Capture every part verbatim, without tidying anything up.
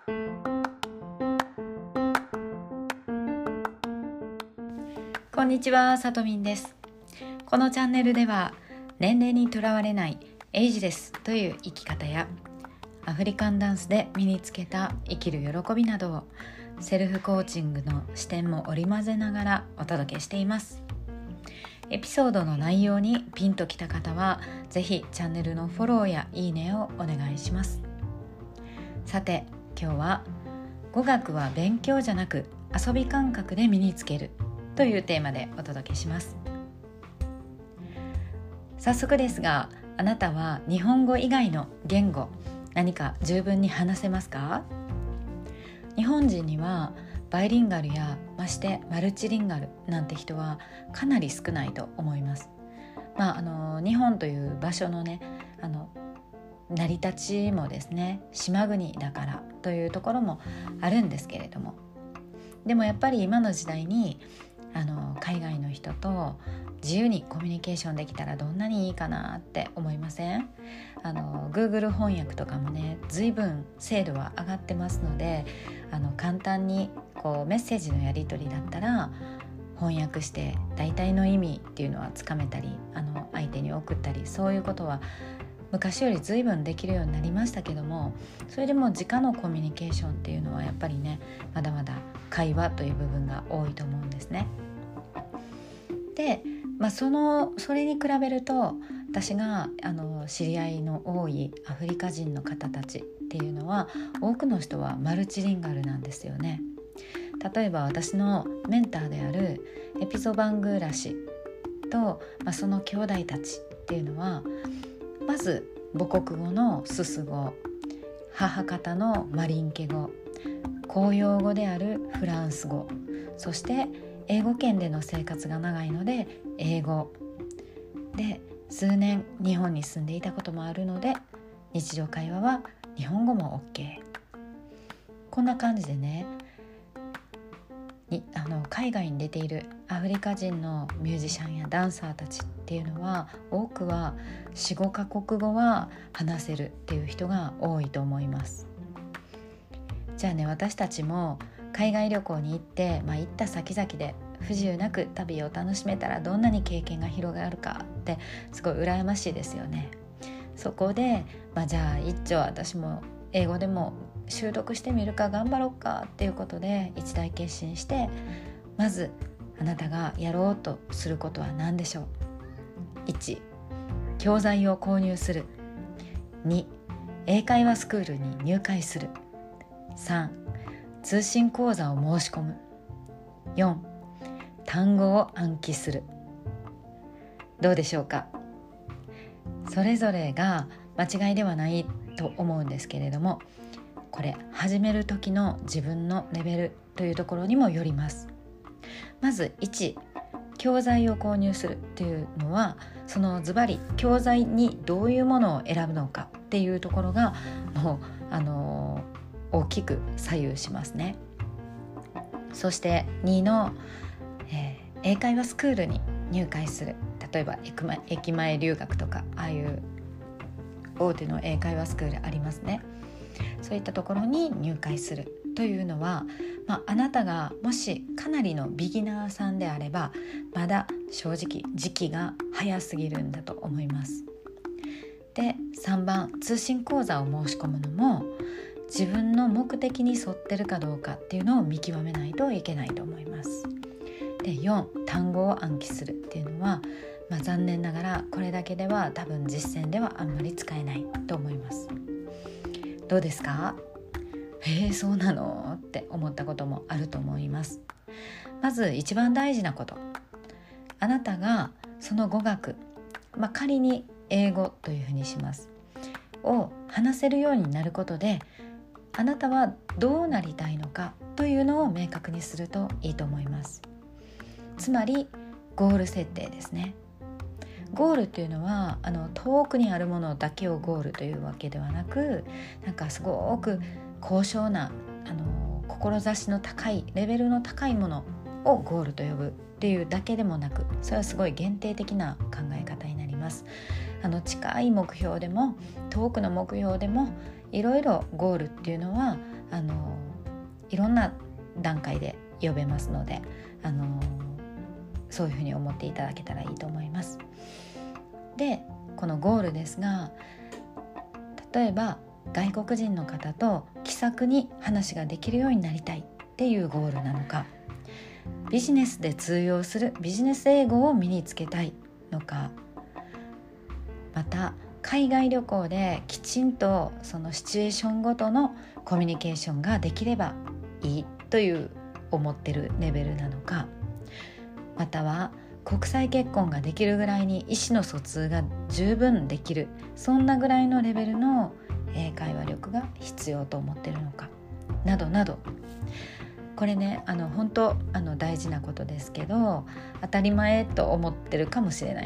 こんにちは、さとみんです。このチャンネルでは年齢にとらわれないエイジレスという生き方やアフリカンダンスで身につけた生きる喜びなどをセルフコーチングの視点も織り交ぜながらお届けしています。エピソードの内容にピンときた方はぜひチャンネルのフォローやいいねをお願いします。さて、今日は語学は勉強じゃなく遊び感覚で身につけるというテーマでお届けします。早速ですが、あなたは日本語以外の言語何か十分に話せますか？日本人にはバイリンガルやましてマルチリンガルなんて人はかなり少ないと思います。まあ、あの日本という場所のねあの成り立ちもですね、島国だからというところもあるんですけれども、でもやっぱり今の時代にあの海外の人と自由にコミュニケーションできたらどんなにいいかなって思いません？あの Google 翻訳とかもね、随分精度は上がってますので、あの簡単にこうメッセージのやり取りだったら翻訳して大体の意味っていうのはつかめたり、あの相手に送ったり、そういうことは昔より随分できるようになりましたけども、それでも直のコミュニケーションっていうのはやっぱりね、まだまだ会話という部分が多いと思うんですね。で、まあ、そのそれに比べると私があの知り合いの多いアフリカ人の方たちっていうのは、多くの人はマルチリンガルなんですよね。例えば私のメンターであるエピゾバングーラ氏と、まあ、その兄弟たちっていうのは、まず母国語のスス語、母方のマリンケ語、公用語であるフランス語、そして英語圏での生活が長いので英語で、数年日本に住んでいたこともあるので日常会話は日本語も OK。 こんな感じでね、にあの海外に出ているアフリカ人のミュージシャンやダンサーたちっていうのは、多くは よん、ごカ国語は話せるっていう人が多いと思います。じゃあね、私たちも海外旅行に行って、まあ、行った先々で不自由なく旅を楽しめたらどんなに経験が広がるかってすごい羨ましいですよね。そこで、まあ、じゃあ一丁私も英語でも習得してみるか、頑張ろうかっていうことで一大決心して、まずあなたがやろうとすることは何でしょう？いち、教材を購入する。に、英会話スクールに入会する。さん、通信講座を申し込む。よん、単語を暗記する。どうでしょうか？それぞれが間違いではないと思うんですけれども、これ始める時の自分のレベルというところにもよります。まずいち、教材を購入するっていうのは、そのズバリ教材にどういうものを選ぶのかっていうところがもうあのー大きく左右しますね。そしてにの、えー、英会話スクールに入会する。例えば駅前、駅前留学とか、ああいう大手の英会話スクールありますね。そういったところに入会するというのは、まあ、あなたがもしかなりのビギナーさんであれば、まだ正直時期が早すぎるんだと思います。で、さんばん、通信講座を申し込むのも自分の目的に沿ってるかどうかっていうのを見極めないといけないと思います。で、よん、単語を暗記するっていうのは、まあ、残念ながらこれだけでは多分実践ではあんまり使えないと思います。どうですか？へえ、そうなのって思ったこともあると思います。まず一番大事なこと、あなたがその語学、まあ、仮に英語というふうにしますを話せるようになることで、あなたはどうなりたいのかというのを明確にするといいと思います。つまりゴール設定ですね。ゴールっていうのはあの遠くにあるものだけをゴールというわけではなく、なんかすごく高尚なあの志の高いレベルの高いものをゴールと呼ぶっていうだけでもなく、それはすごい限定的な考え方になります。あの近い目標でも遠くの目標でもいろいろゴールっていうのはあのいろんな段階で呼べますので、あのそういうふうに思っていただけたらいいと思います。で、このゴールですが、例えば外国人の方と気さくに話ができるようになりたいっていうゴールなのか、ビジネスで通用するビジネス英語を身につけたいのか、また海外旅行できちんとそのシチュエーションごとのコミュニケーションができればいいという思ってるレベルなのか、または国際結婚ができるぐらいに意思の疎通が十分できる、そんなぐらいのレベルの英会話力が必要と思ってるのかなどなど、これね、あの本当あの大事なことですけど、当たり前と思ってるかもしれない。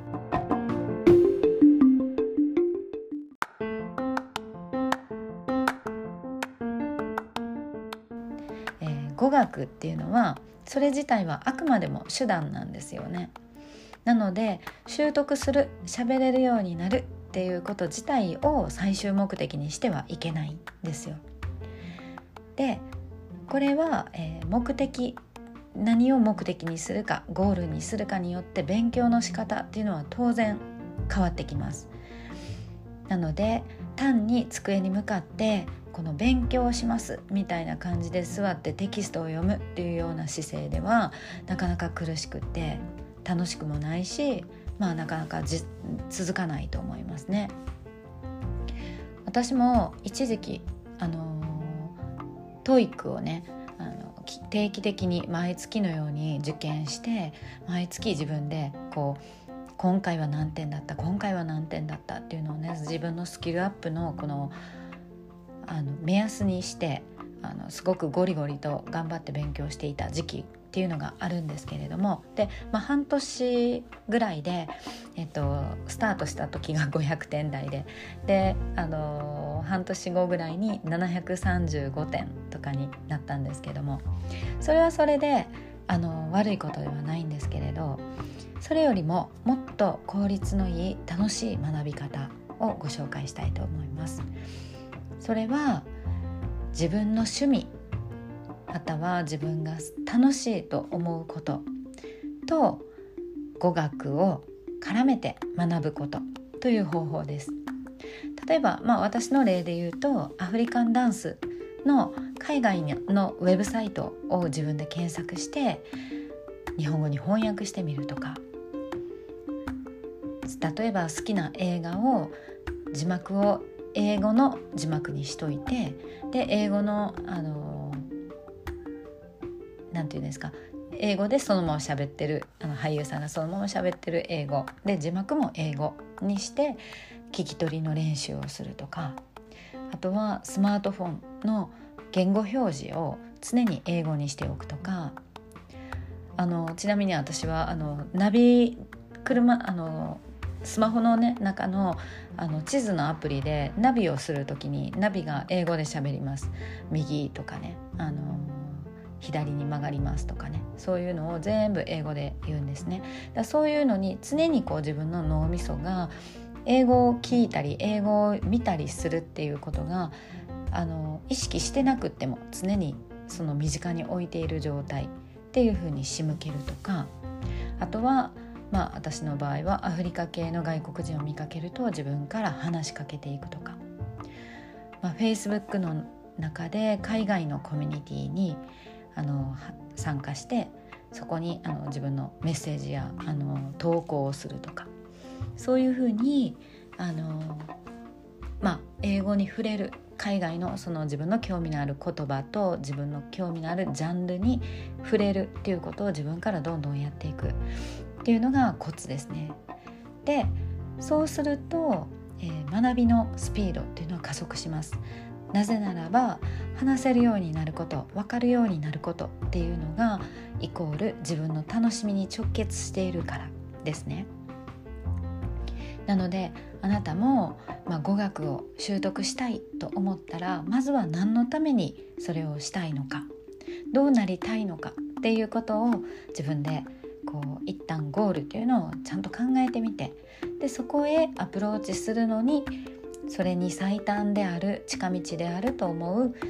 えー、語学っていうのはそれ自体はあくまでも手段なんですよね。なので習得する、喋れるようになるっていうこと自体を最終目的にしてはいけないんですよ。で、これは、えー、目的、何を目的にするか、ゴールにするかによって勉強の仕方っていうのは当然変わってきます。なので単に机に向かってこの勉強をしますみたいな感じで座ってテキストを読むっていうような姿勢ではなかなか苦しくて楽しくもないし、まあなかなかじ続かないと思いますね。私も一時期あのトイックをね、あの定期的に毎月のように受験して、毎月自分でこう今回は何点だった今回は何点だったっていうのをね、自分のスキルアップのこのあの目安にして、あのすごくゴリゴリと頑張って勉強していた時期っていうのがあるんですけれども、で、まあ、半年ぐらいで、えっと、スタートした時がごひゃくてん台で、で、あの半年後ぐらいにななひゃくさんじゅうごてんとかになったんですけども、それはそれであの悪いことではないんですけれど、それよりももっと効率のいい楽しい学び方をご紹介したいと思います。それは自分の趣味、または自分が楽しいと思うことと語学を絡めて学ぶことという方法です。例えば、まあ、私の例で言うとアフリカンダンスの海外のウェブサイトを自分で検索して日本語に翻訳してみるとか、例えば好きな映画を字幕を英語の字幕にしといて、で英語のあのなんていうんですか、英語でそのまま喋ってるあの俳優さんがそのまま喋ってる英語で字幕も英語にして聞き取りの練習をするとか、あとはスマートフォンの言語表示を常に英語にしておくとか、あのちなみに私はあのナビ車あのスマホの、ね、中 の, あの地図のアプリでナビをするときにナビが英語で喋ります。右とかね、あの左に曲がりますとかね、そういうのを全部英語で言うんですね。だそういうのに常にこう自分の脳みそが英語を聞いたり英語を見たりするっていうことがあの意識してなくっても常にその身近に置いている状態っていう風に仕向けるとか、あとはまあ、私の場合はアフリカ系の外国人を見かけると自分から話しかけていくとか、まあ、Facebook の中で海外のコミュニティにあの参加してそこにあの自分のメッセージやあの投稿をするとか、そういうふうにあの、まあ、英語に触れる、海外のその自分の興味のある言葉と自分の興味のあるジャンルに触れるっていうことを自分からどんどんやっていくっていうのがコツですね。で、そうすると、えー、学びのスピードっていうのは加速します。なぜならば話せるようになること、分かるようになることっていうのがイコール自分の楽しみに直結しているからですね。なのであなたも、まあ、語学を習得したいと思ったら、まずは何のためにそれをしたいのか、どうなりたいのかっていうことを自分でこう一旦ゴールっていうのをちゃんと考えてみて、でそこへアプローチするのにそれに最短である近道であると思う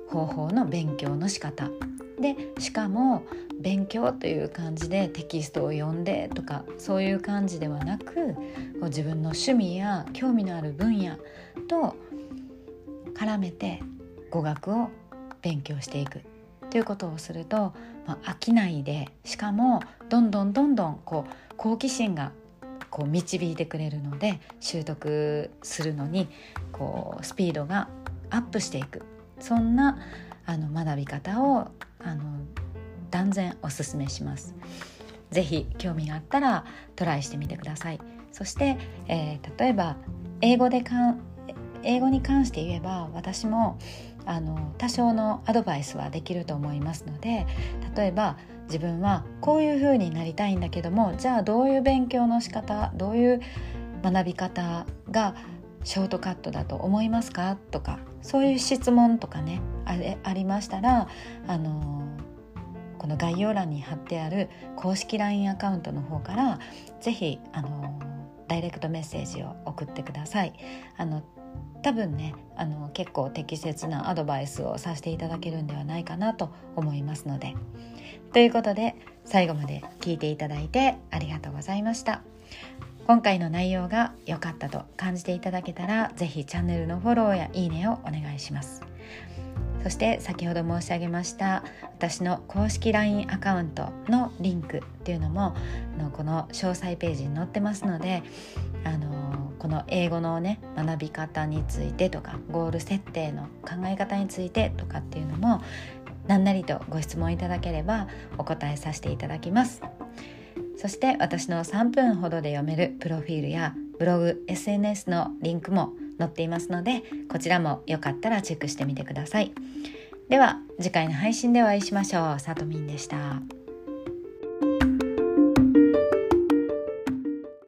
方法の勉強の仕方で、しかも勉強という感じでテキストを読んでとかそういう感じではなく、こう自分の趣味や興味のある分野と絡めて語学を勉強していくということをすると、まあ、飽きないで、しかもどんどんどんどんこう好奇心がこう導いてくれるので、習得するのにこうスピードがアップしていく、そんなあの学び方をあの断然おすすめします。ぜひ興味があったらトライしてみてください。そして、えー、例えば英語でかん英語に関して言えば、私もあの多少のアドバイスはできると思いますので、例えば自分はこういう風になりたいんだけども、じゃあどういう勉強の仕方、どういう学び方がショートカットだと思いますかとか、そういう質問とかね あれ、ありましたら、あのこの概要欄に貼ってある公式 ライン アカウントの方からぜひあのダイレクトメッセージを送ってください。あの多分ねあの結構適切なアドバイスをさせていただけるんではないかなと思いますので。ということで、最後まで聞いていただいてありがとうございました。今回の内容が良かったと感じていただけたら、ぜひチャンネルのフォローやいいねをお願いします。そして先ほど申し上げました私の公式 ライン アカウントのリンクっていうのもこの詳細ページに載ってますので、あのこの英語のね学び方についてとか、ゴール設定の考え方についてとかっていうのも何なりとご質問いただければお答えさせていただきます。そして私のさんぷんほどで読めるプロフィールやブログ、エスエヌエス のリンクも載っていますので、こちらもよかったらチェックしてみてください。では次回の配信でお会いしましょう。さとみんでした。